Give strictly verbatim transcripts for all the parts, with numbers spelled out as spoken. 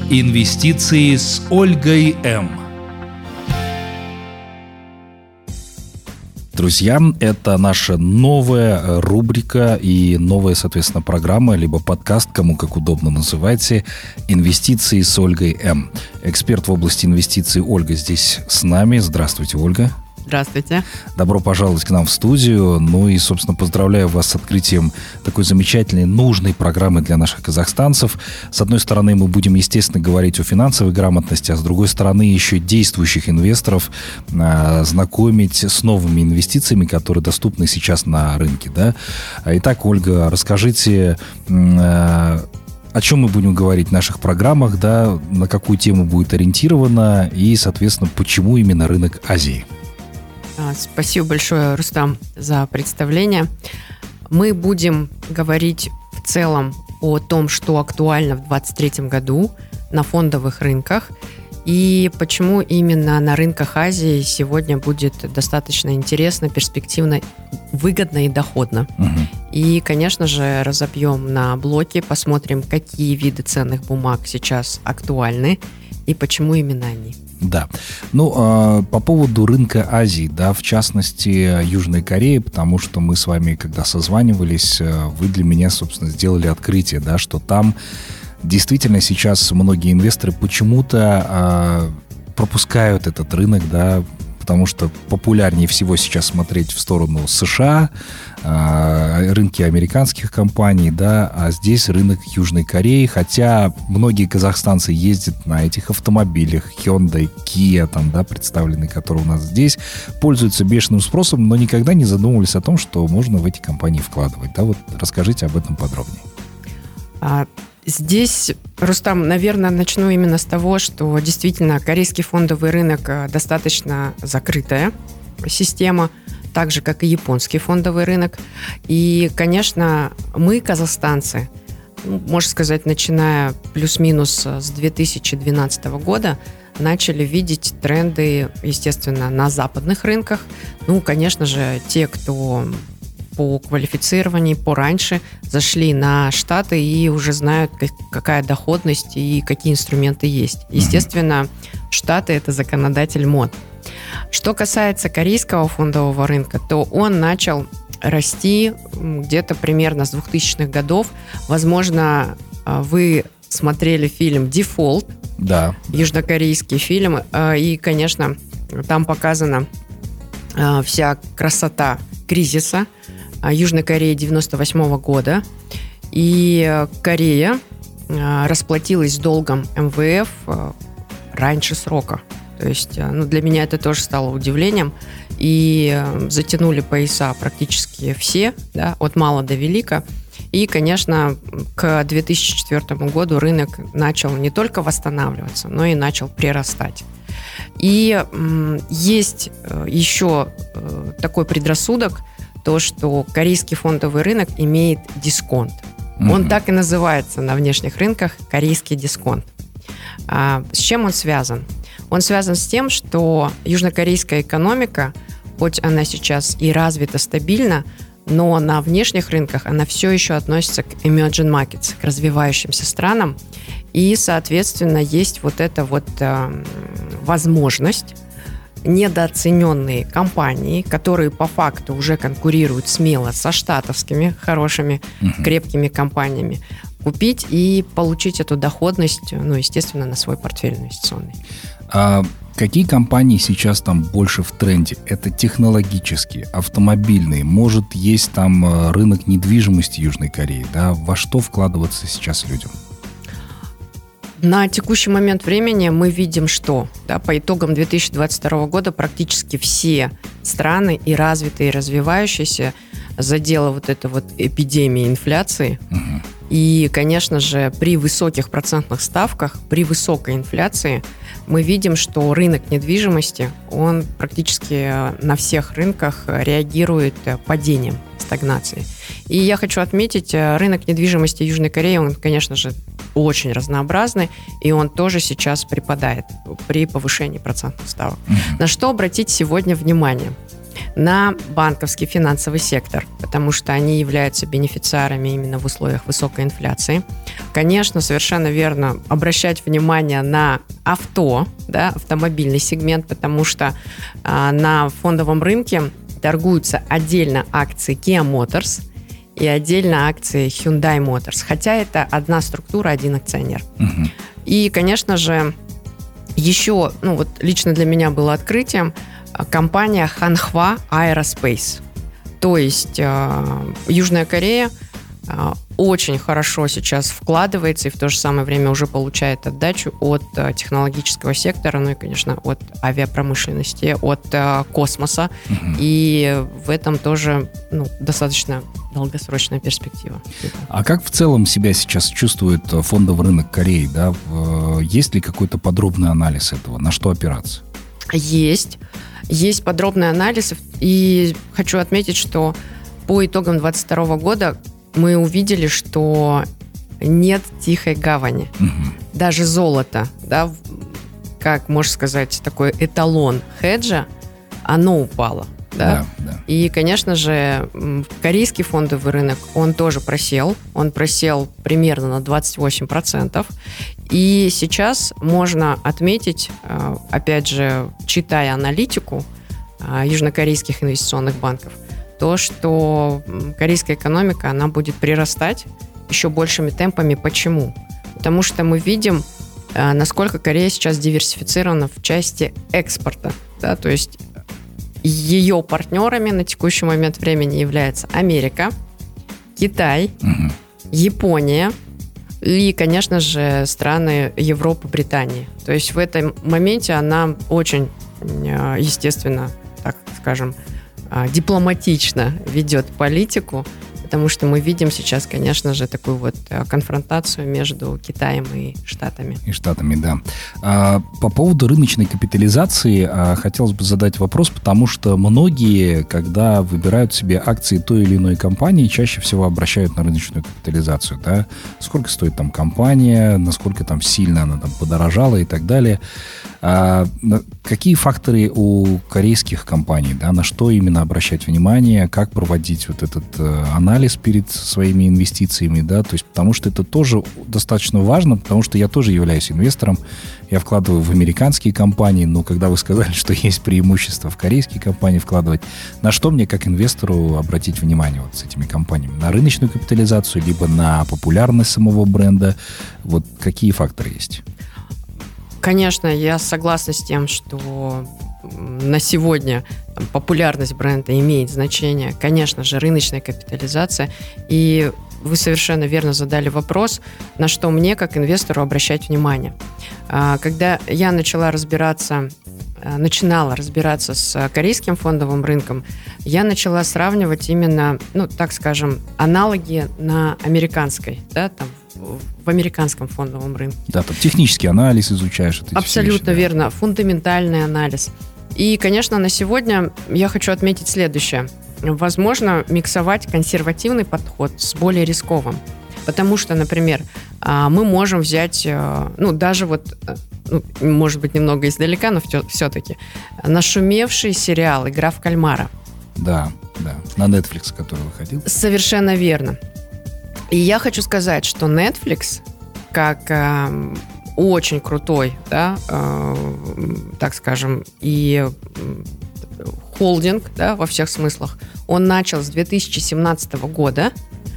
Инвестиции с Ольгой М. Друзья, это наша новая рубрика и новая, соответственно, программа, либо подкаст, кому как удобно называйте, «Инвестиции с Ольгой М». Эксперт в области инвестиций Ольга здесь с нами. Здравствуйте, Ольга. Здравствуйте. Добро пожаловать к нам в студию. Ну и, собственно, поздравляю вас с открытием такой замечательной, нужной программы для наших казахстанцев. С одной стороны, мы будем, естественно, говорить о финансовой грамотности, а с другой стороны, еще действующих инвесторов э, знакомить с новыми инвестициями, которые доступны сейчас на рынке. Да? Итак, Ольга, расскажите... Э, О чем мы будем говорить в наших программах, да, на какую тему будет ориентировано и, соответственно, почему именно рынок Азии? Спасибо большое, Рустам, за представление. Мы будем говорить в целом о том, что актуально в двадцать третьем году на фондовых рынках и почему именно на рынках Азии сегодня будет достаточно интересно, перспективно, выгодно и доходно. Угу. И, конечно же, разобьем на блоки, посмотрим, какие виды ценных бумаг сейчас актуальны и почему именно они. Да. Ну, э, по поводу рынка Азии, да, в частности, Южной Кореи, потому что мы с вами, когда созванивались, э, вы для меня, собственно, сделали открытие, да, что там действительно сейчас многие инвесторы почему-то э, пропускают этот рынок, да, потому что популярнее всего сейчас смотреть в сторону США, э, рынки американских компаний, да, а здесь рынок Южной Кореи, хотя многие казахстанцы ездят на этих автомобилях, Hyundai, Kia, там, да, представленные, которые у нас здесь, пользуются бешеным спросом, но никогда не задумывались о том, что можно в эти компании вкладывать, да, вот расскажите об этом подробнее. А... Здесь, Рустам, наверное, начну именно с того, что действительно корейский фондовый рынок достаточно закрытая система, так же, как и японский фондовый рынок. И, конечно, мы, казахстанцы, можно сказать, начиная плюс-минус с две тысячи двенадцатого года, начали видеть тренды, естественно, на западных рынках. Ну, конечно же, те, кто... по квалифицированию пораньше зашли на Штаты и уже знают, какая доходность и какие инструменты есть. Естественно, Штаты – это законодатель мод. Что касается корейского фондового рынка, то он начал расти где-то примерно с двухтысячных годов. Возможно, вы смотрели фильм «Дефолт», да, южнокорейский фильм, и, конечно, там показана вся красота кризиса Южной Кореи девяносто восьмого года. И Корея расплатилась с долгом эм вэ эф раньше срока. То есть, ну, для меня это тоже стало удивлением. И затянули пояса практически все, да, от мала до велика. И, конечно, к две тысячи четвёртому году рынок начал не только восстанавливаться, но и начал прирастать. И м, есть еще такой предрассудок, то, что корейский фондовый рынок имеет дисконт. Mm-hmm. Он так и называется на внешних рынках – корейский дисконт. А, с чем он связан? Он связан с тем, что южнокорейская экономика, хоть она сейчас и развита стабильно, но на внешних рынках она все еще относится к emerging markets, к развивающимся странам. И, соответственно, есть вот эта вот э, возможность недооцененные компании, которые по факту уже конкурируют смело со штатовскими хорошими, uh-huh. крепкими компаниями, купить и получить эту доходность, ну, естественно, на свой портфель инвестиционный. А какие компании сейчас там больше в тренде? Это технологические, автомобильные, может, есть там рынок недвижимости Южной Кореи, да? Во что вкладываться сейчас людям? На текущий момент времени мы видим, что, да, по итогам две тысячи двадцать второго года практически все страны, и развитые, и развивающиеся, задела вот эта вот эпидемия инфляции. Угу. И, конечно же, при высоких процентных ставках, при высокой инфляции мы видим, что рынок недвижимости, он практически на всех рынках реагирует падением, стагнацией. И я хочу отметить, рынок недвижимости Южной Кореи, он, конечно же, очень разнообразный, и он тоже сейчас припадает при повышении процентных ставок. Mm-hmm. На что обратить сегодня внимание? на банковский финансовый сектор, потому что они являются бенефициарами именно в условиях высокой инфляции. Конечно, совершенно верно обращать внимание на авто, да, автомобильный сегмент, потому что а, на фондовом рынке торгуются отдельно акции Kia Motors и отдельно акции Hyundai Motors, хотя это одна структура, один акционер. Угу. И, конечно же, еще, ну вот лично для меня было открытием компания Hanwha Aerospace. То есть э, Южная Корея э, очень хорошо сейчас вкладывается и в то же самое время уже получает отдачу от э, технологического сектора, ну и, конечно, от авиапромышленности, от э, космоса. Угу. И в этом тоже ну, достаточно долгосрочная перспектива. А как в целом себя сейчас чувствует фондовый рынок Кореи? Да? Есть ли какой-то подробный анализ этого? На что опираться? Есть. Есть подробный анализ. И хочу отметить, что по итогам двадцать второго года мы увидели, что нет тихой гавани. Угу. Даже золото, да, как можно сказать, такой эталон хеджа, оно упало. Да? Да, да. И, конечно же, корейский фондовый рынок, он тоже просел. Он просел примерно на двадцать восемь процентов. И сейчас можно отметить, опять же, читая аналитику южнокорейских инвестиционных банков, то, что корейская экономика, она будет прирастать еще большими темпами. Почему? Потому что мы видим, насколько Корея сейчас диверсифицирована в части экспорта. Да? То есть ее партнерами на текущий момент времени являются Америка, Китай, угу. Япония и, конечно же, страны Европы, Британии. То есть в этом моменте она очень, естественно, так скажем, дипломатично ведет политику, потому что мы видим сейчас, конечно же, такую вот конфронтацию между Китаем и Штатами. И Штатами, да. А, по поводу рыночной капитализации а, хотелось бы задать вопрос, потому что многие, когда выбирают себе акции той или иной компании, чаще всего обращают на рыночную капитализацию. Да? Сколько стоит там компания, насколько там сильно она там подорожала и так далее. А, какие факторы у корейских компаний, да, на что именно обращать внимание, как проводить вот этот э, анализ перед своими инвестициями, да, то есть потому что это тоже достаточно важно, потому что я тоже являюсь инвестором, я вкладываю в американские компании, но когда вы сказали, что есть преимущество в корейские компании вкладывать, на что мне как инвестору обратить внимание вот с этими компаниями? На рыночную капитализацию, либо на популярность самого бренда? Вот какие факторы есть? Конечно, я согласна с тем, что на сегодня там, популярность бренда имеет значение. Конечно же, рыночная капитализация. И вы совершенно верно задали вопрос, на что мне, как инвестору, обращать внимание. Когда я начала разбираться, начинала разбираться с корейским фондовым рынком, я начала сравнивать именно, ну, так скажем, аналоги на американской, да, там, в американском фондовом рынке. Да, там технический анализ изучаешь. Абсолютно вещи, верно. Да. Фундаментальный анализ. И, конечно, на сегодня я хочу отметить следующее. Возможно, миксовать консервативный подход с более рисковым. Потому что, например, мы можем взять, ну, даже вот, ну, может быть, немного издалека, но все-таки, нашумевший сериал «Игра в кальмара». Да, да, на Netflix, который выходил. Совершенно верно. И я хочу сказать, что Netflix, как э, очень крутой, да, э, так скажем, и э, холдинг, да, во всех смыслах, он начал с две тысячи семнадцатого года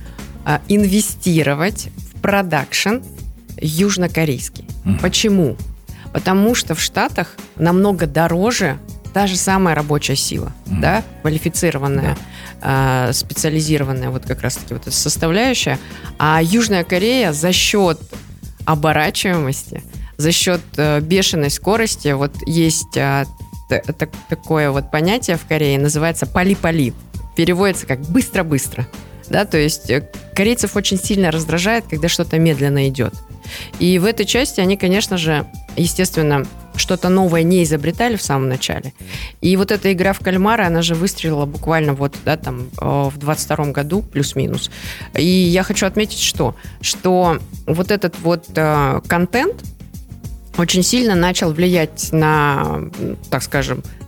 э, инвестировать в продакшн южнокорейский. Mm-hmm. Почему? Потому что в Штатах намного дороже та же самая рабочая сила, mm-hmm. да, квалифицированная, yeah. э, специализированная, вот как раз-таки вот эта составляющая. А Южная Корея за счет оборачиваемости, за счет э, бешеной скорости, вот есть э, т- т- такое вот понятие в Корее, называется пали-пали. Переводится как быстро-быстро. Да, то есть э, корейцев очень сильно раздражает, когда что-то медленно идет. И в этой части они, конечно же, естественно, что-то новое не изобретали в самом начале. И вот эта игра в кальмара, она же выстрелила буквально вот, да, там, в двадцать втором году, плюс-минус. И я хочу отметить, что, что вот этот вот э, контент очень сильно начал влиять на, так скажем,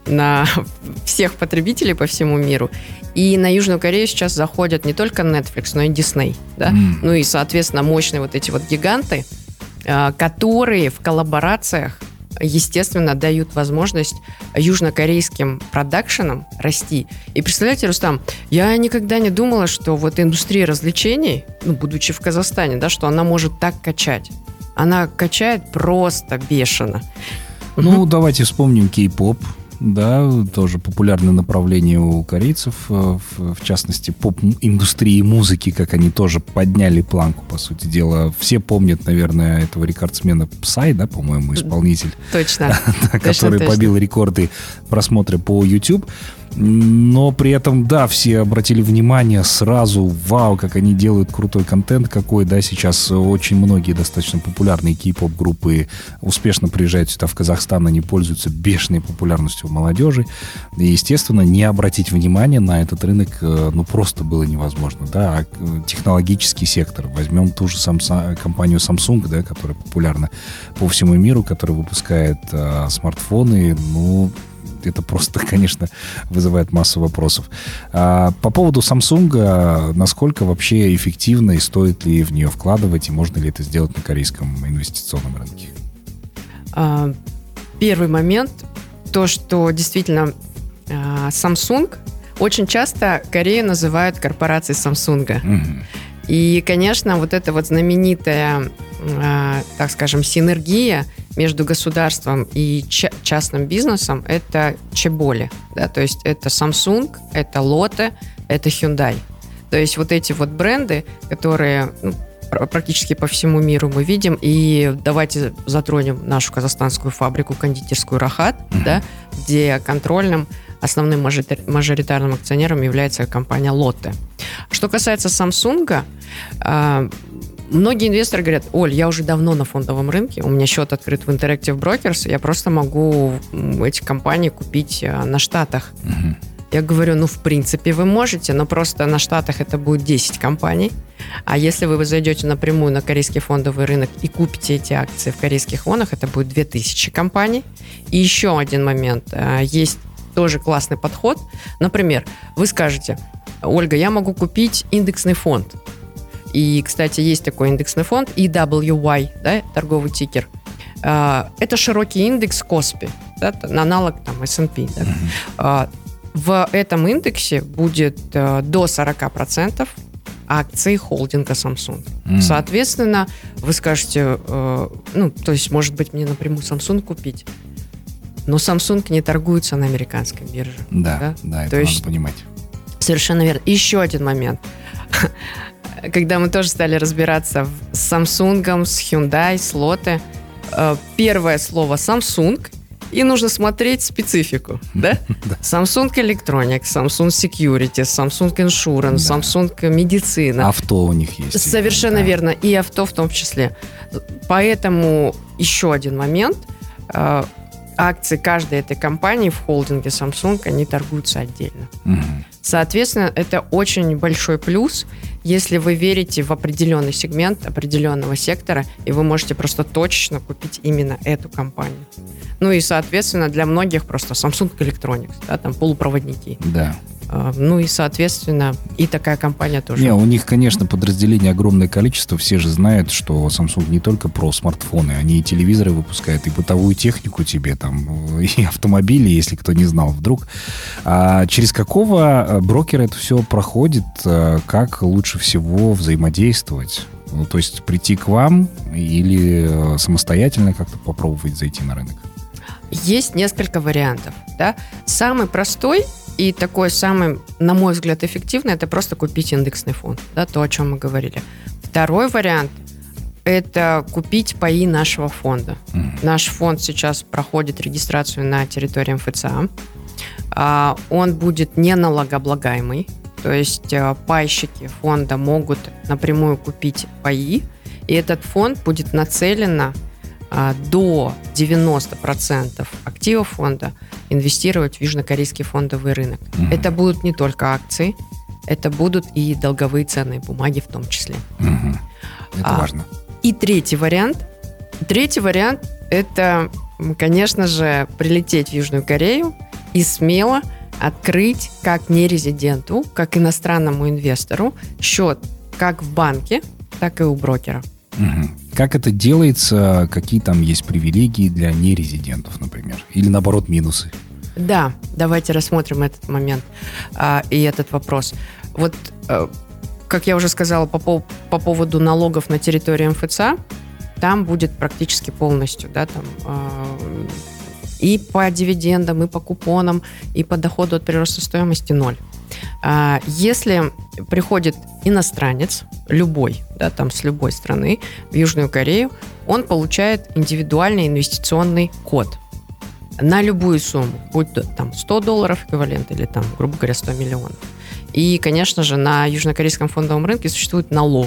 на всех потребителей по всему миру. И на Южную Корею сейчас заходят не только Netflix, но и Disney. Да? Mm. Ну и, соответственно, мощные вот эти вот гиганты, которые в коллаборациях, естественно, дают возможность южнокорейским продакшенам расти. И представляете, Рустам, я никогда не думала, что вот индустрия развлечений, ну, будучи в Казахстане, да, что она может так качать. Она качает просто бешено. Ну, угу. Давайте вспомним кей-поп. Да, тоже популярное направление у корейцев, в, в частности, поп-индустрии музыки, как они тоже подняли планку, по сути дела. Все помнят, наверное, этого рекордсмена Psy, да, по-моему, исполнитель. Точно. Который побил рекорды просмотра по YouTube. Но при этом, да, все обратили внимание сразу, вау, как они делают крутой контент какой, да, сейчас очень многие достаточно популярные кей-поп группы успешно приезжают сюда в Казахстан, они пользуются бешеной популярностью у молодежи, и, естественно, не обратить внимание на этот рынок, ну, просто было невозможно, да, а технологический сектор, возьмем ту же Samsung, компанию Samsung, да, которая популярна по всему миру, которая выпускает а, смартфоны, ну, это просто, конечно, вызывает массу вопросов. А, по поводу Samsung, насколько вообще эффективно и стоит ли в нее вкладывать, и можно ли это сделать на корейском инвестиционном рынке? А, первый момент, то, что действительно а, Samsung, очень часто Корею называют корпорацией Samsung. Угу. И, конечно, вот эта вот знаменитая, а, так скажем, синергия между государством и ча- частным бизнесом – это чеболи. Да? То есть это Samsung, это Lotte, это Hyundai. То есть вот эти вот бренды, которые, ну, практически по всему миру мы видим. И давайте затронем нашу казахстанскую фабрику кондитерскую «Рахат», mm-hmm. да, где контрольным основным мажоритарным акционером является компания Lotte. Что касается Samsung, многие инвесторы говорят: Оль, я уже давно на фондовом рынке, у меня счет открыт в Interactive Brokers, я просто могу эти компании купить на Штатах. Угу. Я говорю, ну, в принципе, вы можете, но просто на Штатах это будет десять компаний. А если вы зайдете напрямую на корейский фондовый рынок и купите эти акции в корейских вонах, это будет две тысячи компаний. И еще один момент. Есть тоже классный подход. Например, вы скажете: Ольга, я могу купить индексный фонд. И, кстати, есть такой индексный фонд и дабл ю уай, да, торговый тикер. Это широкий индекс Коспи, да, аналог там эс энд пи. Да. Uh-huh. В этом индексе будет до сорок процентов акций холдинга Samsung. Uh-huh. Соответственно, вы скажете, ну, то есть, может быть, мне напрямую Samsung купить. Но Samsung не торгуется на американской бирже. Да, да, да, это то надо есть, понимать. Совершенно верно. И еще один момент. Когда мы тоже стали разбираться с Samsung, с Hyundai, с Lotte, первое слово Samsung, и нужно смотреть специфику. Да? Samsung Electronics, Samsung Security, Samsung Insurance, Samsung Медицина. Авто у них есть. Совершенно верно. И авто в том числе. Поэтому еще один момент. Акции каждой этой компании в холдинге Samsung, они торгуются отдельно. Угу. Соответственно, это очень большой плюс, если вы верите в определенный сегмент определенного сектора, и вы можете просто точечно купить именно эту компанию. Ну и, соответственно, для многих просто Samsung Electronics, да, там полупроводники. Да. Ну и, соответственно, и такая компания тоже. Не, у них, конечно, подразделений огромное количество. Все же знают, что Samsung не только про смартфоны, они и телевизоры выпускают, и бытовую технику тебе, там, и автомобили, если кто не знал вдруг. А через какого брокера это все проходит? Как лучше всего взаимодействовать? Ну, то есть прийти к вам или самостоятельно как-то попробовать зайти на рынок? Есть несколько вариантов. Да? Самый простой и такой самый, на мой взгляд, эффективный — это просто купить индексный фонд, да, то, о чем мы говорили. Второй вариант — это купить паи нашего фонда. Mm. Наш фонд сейчас проходит регистрацию на территории эм эф цэ а. А, он будет не налогооблагаемый, то есть а, пайщики фонда могут напрямую купить паи, и этот фонд будет нацелен на до девяносто процентов активов фонда инвестировать в южнокорейский фондовый рынок. Mm-hmm. Это будут не только акции, это будут и долговые ценные бумаги в том числе. Mm-hmm. Это а, важно. И третий вариант. Третий вариант – это, конечно же, прилететь в Южную Корею и смело открыть как нерезиденту, как иностранному инвестору счет как в банке, так и у брокера. Угу. Как это делается? Какие там есть привилегии для нерезидентов, например? Или, наоборот, минусы? Да, давайте рассмотрим этот момент а, и этот вопрос. Вот, а, как я уже сказала, по, по, по поводу налогов на территории эм эф цэ а, там будет практически полностью, да, там... А, и по дивидендам, и по купонам, и по доходу от прироста стоимости ноль. А если приходит иностранец, любой, да, там с любой страны, в Южную Корею, он получает индивидуальный инвестиционный код на любую сумму, будь то там сто долларов эквивалент или там, грубо говоря, сто миллионов. И, конечно же, на южнокорейском фондовом рынке существует налог.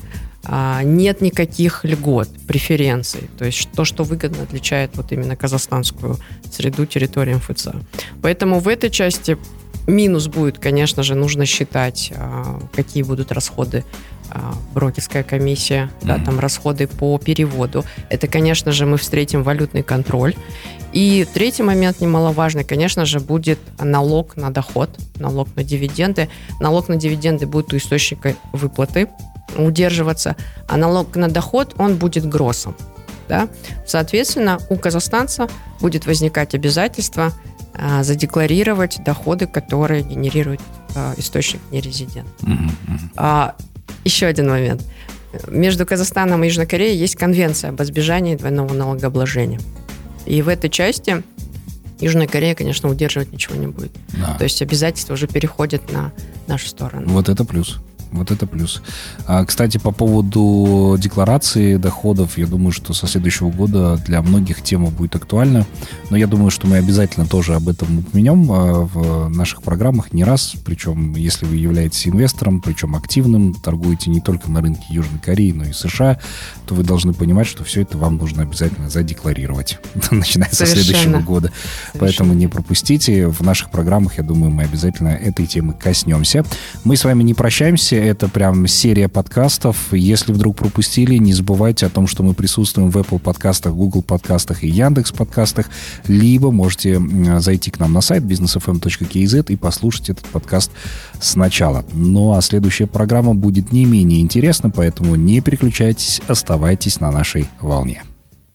Нет никаких льгот, преференций. То есть то, что выгодно отличает вот именно казахстанскую среду территории эм эф цэ а. Поэтому в этой части минус будет, конечно же, нужно считать, какие будут расходы, брокерская комиссия, mm-hmm. да, там расходы по переводу. Это, конечно же, мы встретим валютный контроль. И третий момент немаловажный, конечно же, будет налог на доход, налог на дивиденды. Налог на дивиденды будет у источника выплаты удерживаться, а налог на доход, он будет гроссом. Да? Соответственно, у казахстанца будет возникать обязательство а, задекларировать доходы, которые генерирует а, источник нерезидент. Mm-hmm. А, еще один момент. Между Казахстаном и Южной Кореей есть конвенция об избежании двойного налогообложения. И в этой части Южная Корея, конечно, удерживать ничего не будет. Да. То есть обязательства уже переходят на нашу сторону. Вот это плюс. Вот это плюс. А, кстати, по поводу декларации доходов, я думаю, что со следующего года для многих тема будет актуальна. Но я думаю, что мы обязательно тоже об этом упомянем в наших программах не раз. Причем, если вы являетесь инвестором, причем активным, торгуете не только на рынке Южной Кореи, но и США, то вы должны понимать, что все это вам нужно обязательно задекларировать, начиная со следующего года. Совершенно. Поэтому не пропустите. В наших программах, я думаю, мы обязательно этой темы коснемся. Мы с вами не прощаемся. Это прям серия подкастов. Если вдруг пропустили, не забывайте о том, что мы присутствуем в Apple подкастах, Google подкастах и Яндекс подкастах. Либо можете зайти к нам на сайт бизнес эф эм точка кей зет и послушать этот подкаст сначала. Ну а следующая программа будет не менее интересна, поэтому не переключайтесь, оставайтесь на нашей волне.